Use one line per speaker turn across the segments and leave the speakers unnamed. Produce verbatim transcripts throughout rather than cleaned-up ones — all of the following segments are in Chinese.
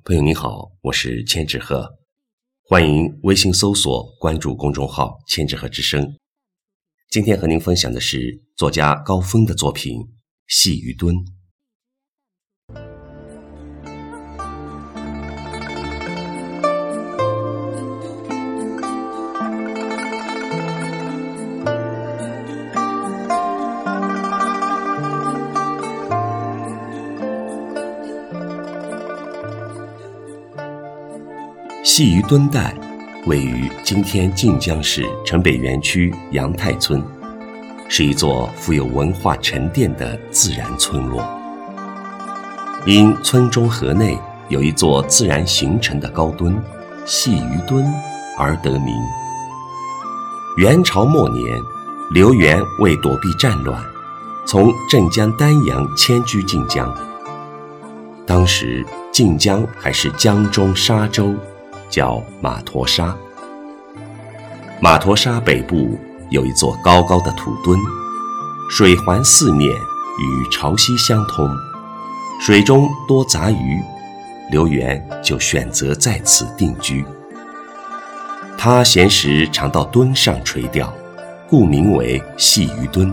朋友您好，我是千纸鹤，欢迎微信搜索关注公众号千纸鹤之声。今天和您分享的是作家高峰的作品《细鱼墩》。细鱼墩带位于今天晋江市城北园区杨太村，是一座富有文化沉淀的自然村落。因村中河内有一座自然形成的高墩细鱼墩而得名。元朝末年，刘元为躲避战乱，从镇江丹阳迁居晋江。当时晋江还是江中沙洲，叫马驼沙。马驼沙北部有一座高高的土墩，水环四面，与潮汐相通，水中多杂鱼，刘元就选择在此定居。他闲时常到墩上垂钓，故名为细鱼墩。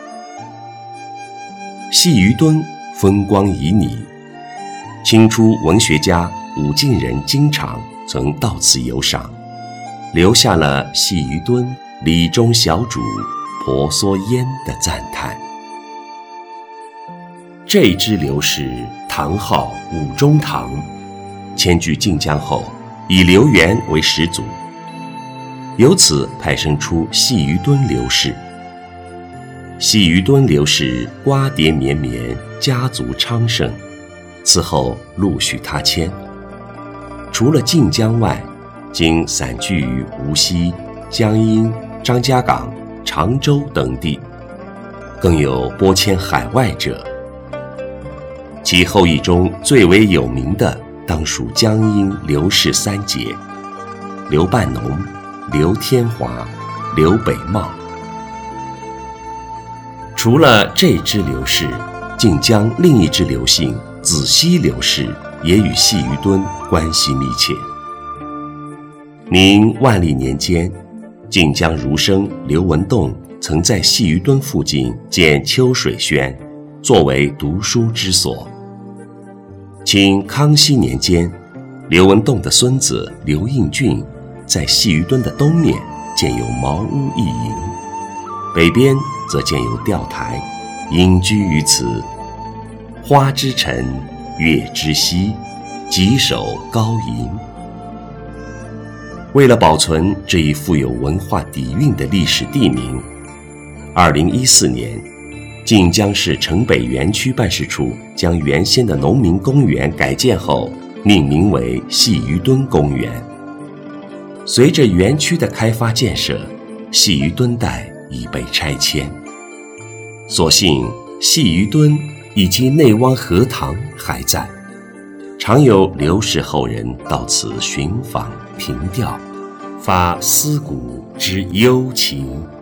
细鱼墩风光旖旎，清初文学家武进人经常曾到此游赏，留下了细鱼墩里中小主婆娑烟的赞叹。这支刘氏堂号武中堂，迁居晋江后以刘元为始祖，由此派生出细鱼墩刘氏。细鱼墩刘氏瓜瓞绵绵，家族昌盛，此后陆续他迁。除了晋江外，今散居于无锡、江阴、张家港、常州等地，更有拨迁海外者。其后裔中最为有名的当属江阴刘氏三杰：刘半农、刘天华、刘北茂。除了这支刘氏，晋江另一支刘姓子熙刘氏也与细鱼墩关系密切。明万历年间，晋江儒生刘文栋曾在细鱼墩附近建秋水轩，作为读书之所。清康熙年间，刘文栋的孙子刘应俊在细鱼墩的东面建有茅屋一营，北边则建有钓台，隐居于此。花之晨，月之西，几首高吟。为了保存这一富有文化底蕴的历史地名，二零一四年，晋江市城北园区办事处将原先的农民公园改建后，命名为细鱼墩公园。随着园区的开发建设，细鱼墩带已被拆迁，所幸细鱼墩以及内湾荷塘还在，常有刘氏后人到此寻访凭吊，发思古之幽情。